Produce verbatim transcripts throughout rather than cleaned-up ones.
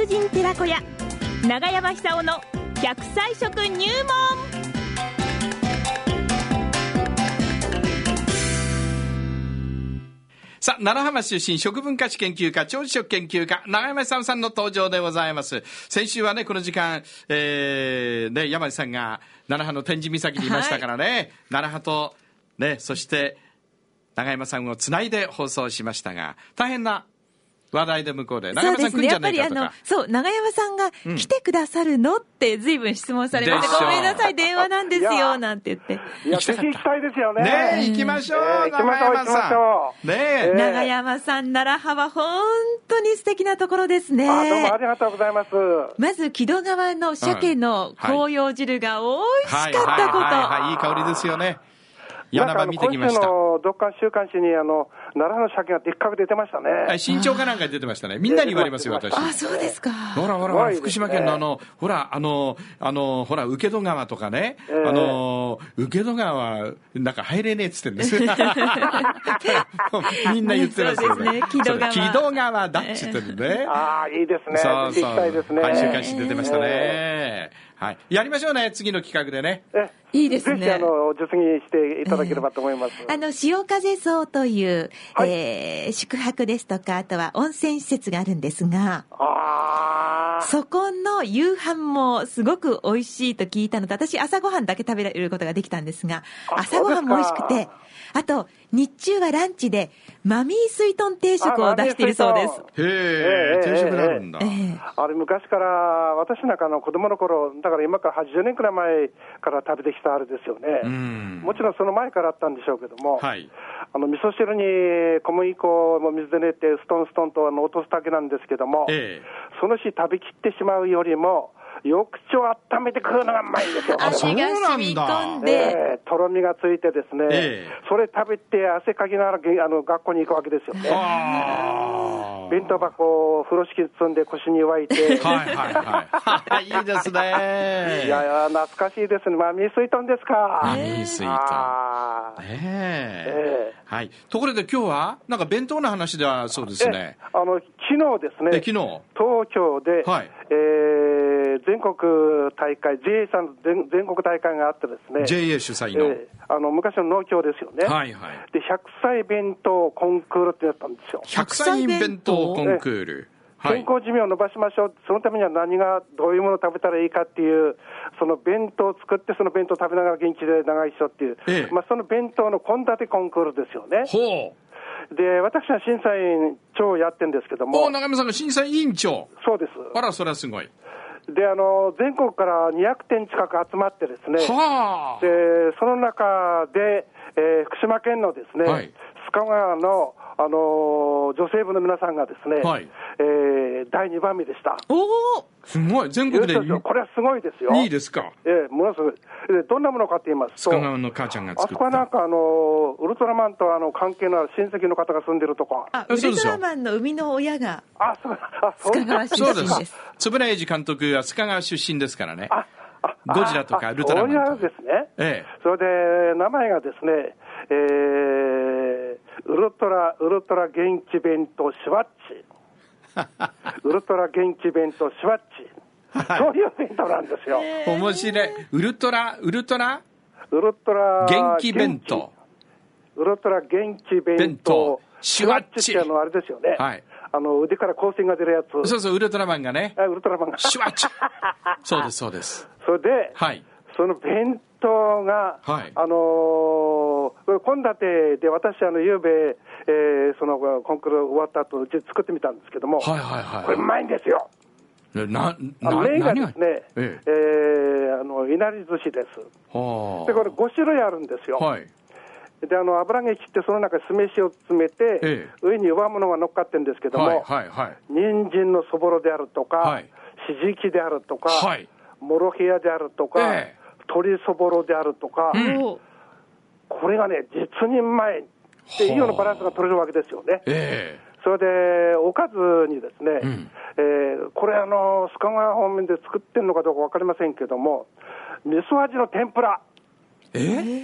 友人寺子屋長山久夫の百歳食入門。 さあ、奈良浜出身食文化史研究家長寿食研究家長山久夫さんの登場でございます。先週はねこの時間、えーね、山地さんが奈良浜の天神岬にいましたからね、はい、奈良浜と、ね、そして長山さんをつないで放送しましたが、大変な話題で向こうで長山さん来るんじゃないかとか、そうですね、やっぱりあのそう長山さんが来てくださるの、うん、って随分質問されまして、ごめんなさい電話なんですよなんて言って、 いやぜひ行きたいですよね。 ねえ、行きましょう、えー、長山さん、ねえ、 長山さん奈良浜本当に素敵なところですね。 あ、どうもありがとうございます。 まず木戸川の鮭の紅葉汁が美味しかったこと、 いい香りですよね。柳葉見てきました。 今週の読刊週刊誌にあの奈良の鮭がでっかく出てましたね。 はい、新潮かなんか出てましたね。みんなに言われますよ、私。 あ、そうですか。 ほらほらほら、ね、福島県のあのほらあのあのほら請戸川とかね、えー、あの請戸川なんか入れねえっつってんです。みんな言ってますよね。 そうですね、木戸川。 木戸川だっつってるね。 ああ、いいですね。 そうそう。 行きたいですね。 はい、週刊誌出てましたね。えーはい、やりましょうね、次の企画でね。 えいいですね。 ぜひあの実現していただければと思います。 えー、あの潮風荘という、はい、えー、宿泊ですとか、あとは温泉施設があるんですが、 あそこの夕飯もすごく美味しいと聞いたので、私朝ごはんだけ食べられることができたんですが、朝ごはんも美味しくて、あと日中はランチでマミースイトン定食を出しているそうです。 へえ、定食があるんだ。 えー、あれ昔から私なんかの子供の頃だから今からはちじゅうねんくらい前から食べてきたあれですよね。うん、もちろんその前からあったんでしょうけども、はい、あの味噌汁に小麦粉を水で練ってストンストンとあの落とすだけなんですけども、えー、その日食べきってしまうよりも翌朝温めて食うのがうまいんですよ。 味が染み込んで、 えー、とろみがついてですね、えー、それ食べて汗かきながらあの学校に行くわけですよね。弁当箱を風呂敷に包んで腰に湧いてはいはいはいいいですね。 いやいや懐かしいですね。マミースイートンですか。 マミースイートン、ねええー、はい。ところで今日はなんか弁当の話ではそうですね、 あの昨日ですね、 昨日東京で、はい、えー、全国大会 ジェイエー さんの 全, 全国大会があってですね、 ジェイエー 主催の、えー、あの昔の農協ですよね、はいはい、でひゃくさい弁当コンクールってやったんですよ。 ひゃくさい弁当コンクール、 健康寿命を伸ばしましょう、そのためには何がどういうものを食べたらいいかっていう、その弁当を作ってその弁当を食べながら元気で長生きしようっていう、ええ、まあ、その弁当の献立コンクールですよね。 ほう。 で私は審査員長をやってるんですけども。 お、長山さんが審査委員長。 そうです。 あら、それはすごい。 であの全国からにひゃくてん近く集まってですね、はあ、でその中で、えー、福島県のですね、はい、須賀川のあのー、女性部の皆さんがですね、はい、えー、だいにばんめでした。 おお、すごい。全国でこれはすごいですよ。 いいですか。 えー、ものすごい。どんなものかと言いますと、 須賀川の母ちゃんが作った、 あそこはなんかあのー、ウルトラマンとあの関係のある親戚の方が住んでるとか。 あ、ウルトラマンの生みの親があ、そう、あ、 そう須賀川出身です。 円谷英二監督は須賀川出身ですからね。ああ、ゴジラとかウルトラマンとか。 そうですね。 ええ、 それで名前がですね、えー、ウルトラウルトラ元気弁当シュワッチウルトラ元気弁当シュワッチ、はい、そういう弁当なんですよ。 面白い。ウルトラウルトラウルトラ元気弁当ウルトラ元気弁当シュワッチっていうのはあれですよね、はい、あの腕から光線が出るやつ。 そうそう、ウルトラマンがね、 ウルトラマンがシュワッチそうですそうです。 それで、はい、その弁当が、はい、あの献立で私あの夕べ、えー、そのコンクール終わった後うちで作ってみたんですけども、はいはいはい、これうまいんですよ。ななあのメインがですね、えええー、あのいなり寿司です。はでこれご種類あるんですよ。はい、であの油揚げ切ってその中に酢飯を詰めて、ええ、上に上物が乗っかってるんですけども、はいはいはい、人参のそぼろであるとか、はい、ひじきであるとか、はい、モロヘイヤであるとか、ええ、鶏そぼろであるとか、うん、これがね実にうまいっていうようなバランスが取れるわけですよね。ええ、それでおかずにですね、うん、えー、これあの須賀川方面で作ってるのかどうか分かりませんけども、味噌味の天ぷら、えー、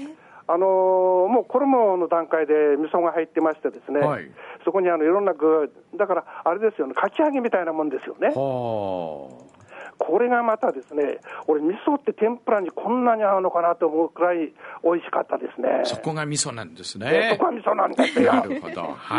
あのー、もう衣の段階で味噌が入ってましてですね、はい、そこにあのいろんな具、だからあれですよね、かき揚げみたいなもんですよね。はあ、これがまたですね、俺味噌って天ぷらにこんなに合うのかなと思うくらい美味しかったですね。 そこが味噌なんですね。 そこが味噌なんですよ。 なるほど。はい。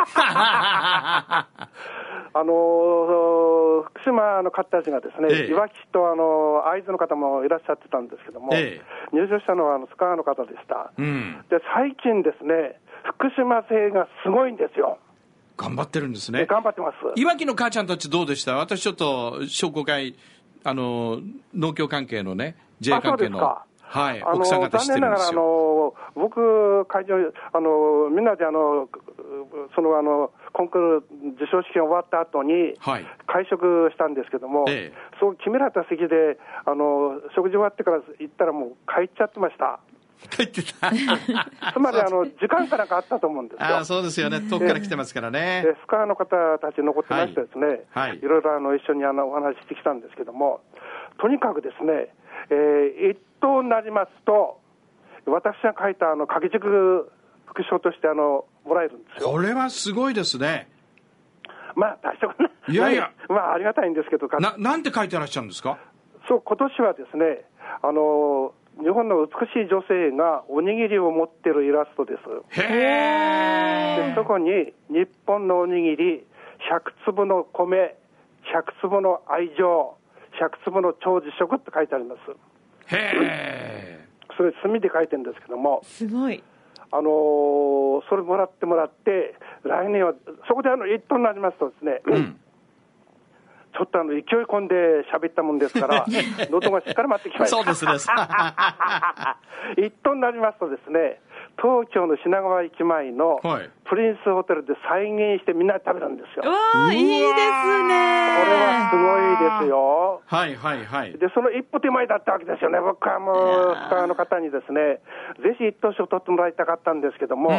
あのー、福島の方たちがですね、ええ、いわき市とあの会津の方もいらっしゃってたんですけども、ええ、入場したのはあの須賀の方でした、うん、で最近ですね、福島製がすごいんですよ。 頑張ってるんですね。 頑張ってます。 いわきの母ちゃんたちどうでした？私ちょっと商工会、あの農協関係のね、 ジェイ 関係の、はい、奥さん方知ってるんですよ。残念ながらあの僕会場あのみんなであのそのあのコンクール授賞式が終わった後に会食したんですけども、はい、そう決められた席であの食事終わってから行ったらもう帰っちゃってました。 帰ってたつまりあの時間からかあったと思うんですよ。 あ、そうですよね、遠くから来てますからね。 でスカーの方たち残ってましてですね、はいはい、いろいろあの一緒にあのお話ししてきたんですけども、とにかくですね、えー、一等になりますと私が書いたあの掛け軸副賞としてあのもらえるんですよ。 これはすごいですね。 まあ大したことない。 いやいや、 まあありがたいんですけど、 ななんて書いてらっしゃるんですか？ そう、今年はですね、あの日本の美しい女性がおにぎりを持ってるイラストです。へー。でそこに日本のおにぎりひゃくつぶの米、ひゃくつぶの愛情、ひゃくつぶの長寿食って書いてあります。 へー。それ墨で書いてるんですけども、 すごい。 あのー、それもらってもらって来年はそこであの一等になりますとですね、うん、ちょっとあの勢い込んで喋ったもんですから喉がしっかり待ってきました。 そうですね一等になりますとですね、東京の品川駅前のプリンスホテルで再現してみんなで食べるんですよ。 わあ、いいですね。これはすごいですよ。 はいはいはい。 でその一歩手前だったわけですよね。僕はもうスターの方にですね、ぜひ一等賞を取ってもらいたかったんですけども、うんうん、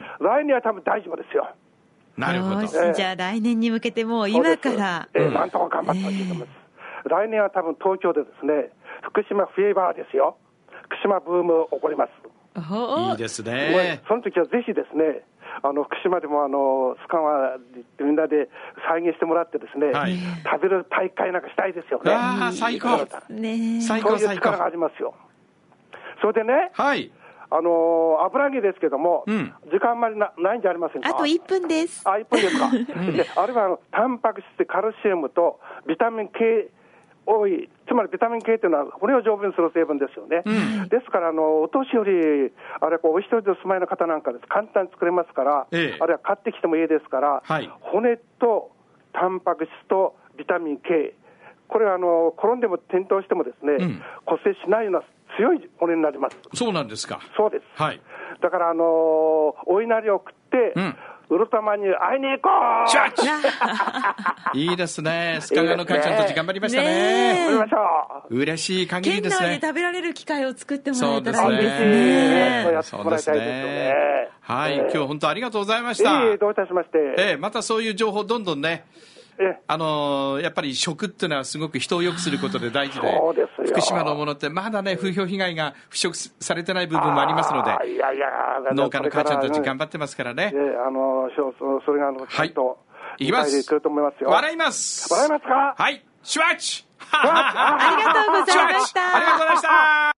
来年は多分大丈夫ですよ。 なるほど。 よし、えー、じゃあ来年に向けてもう今から、 えー、なんとか頑張ってほしいと思います、えー、来年は多分東京でですね、福島フィーバーですよ。福島ブーム起こります。 いいですね。 その時はぜひですね、あの福島でもあのスカワでみんなで再現してもらってですね、はい、食べる大会なんかしたいですよね。 ああ、最高、ね、最高、 そういう力がありますよ。それでね、 はい、 あのー、油揚げですけども、うん、時間あんまり な, ないんじゃありませんか？ あといっぷんです。 あ、いっぷんですか、うん、であれはあのタンパク質、カルシウムとビタミン K多い、つまりビタミン K というのは骨を丈夫にする成分ですよね、うん、ですからあのお年寄り、あれお一人でお住まいの方なんかです簡単に作れますから、ええ、あるいは買ってきてもいいですから、はい、骨とタンパク質とビタミン K、 これはあの転んでも転倒してもですね、うん、骨折しないような強い骨になります。 そうなんですか。 そうです、 はい、 だからあのー、お稲荷を食って、うん、ウルトラマンに会いに行こう。 シャッチいいですね。スカガの母ちゃんたち頑張りましたね。 頑張りましょう。 嬉しい限りですね。 県内で食べられる機会を作ってもらえたらいいですね。 そうやってもらいたいですよね。 はい、今日本当ありがとうございました。 えー、どういたしまして。 えー、またそういう情報どんどんね、あのー、やっぱり食っていうのはすごく人を良くすることで大事で、 そうですよ。 福島のものってまだね、風評被害が払拭されてない部分もありますので、 いやいや、 農家の母ちゃんたち頑張ってますからね。 えー、あのー、それがあのちゃんと、はい、いきます。来ると思いますよ。 笑います。 笑いますか？ はい。シュワッチありがとうございました。 ありがとうございました。